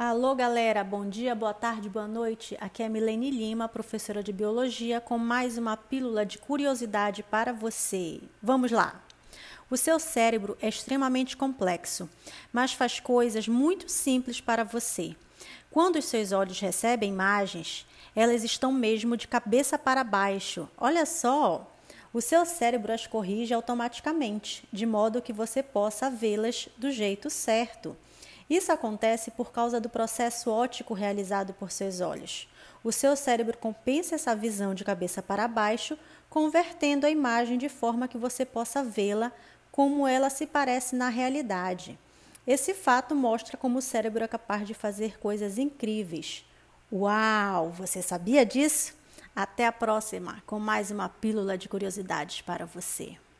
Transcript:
Alô, galera, bom dia, boa tarde, boa noite. Aqui é Milene Lima, professora de Biologia, com mais uma pílula de curiosidade para você. Vamos lá! O seu cérebro é extremamente complexo, mas faz coisas muito simples para você. Quando os seus olhos recebem imagens, elas estão mesmo de cabeça para baixo. Olha só! O seu cérebro as corrige automaticamente, de modo que você possa vê-las do jeito certo. Isso acontece por causa do processo óptico realizado por seus olhos. O seu cérebro compensa essa visão de cabeça para baixo, convertendo a imagem de forma que você possa vê-la como ela se parece na realidade. Esse fato mostra como o cérebro é capaz de fazer coisas incríveis. Uau! Você sabia disso? Até a próxima, com mais uma pílula de curiosidades para você.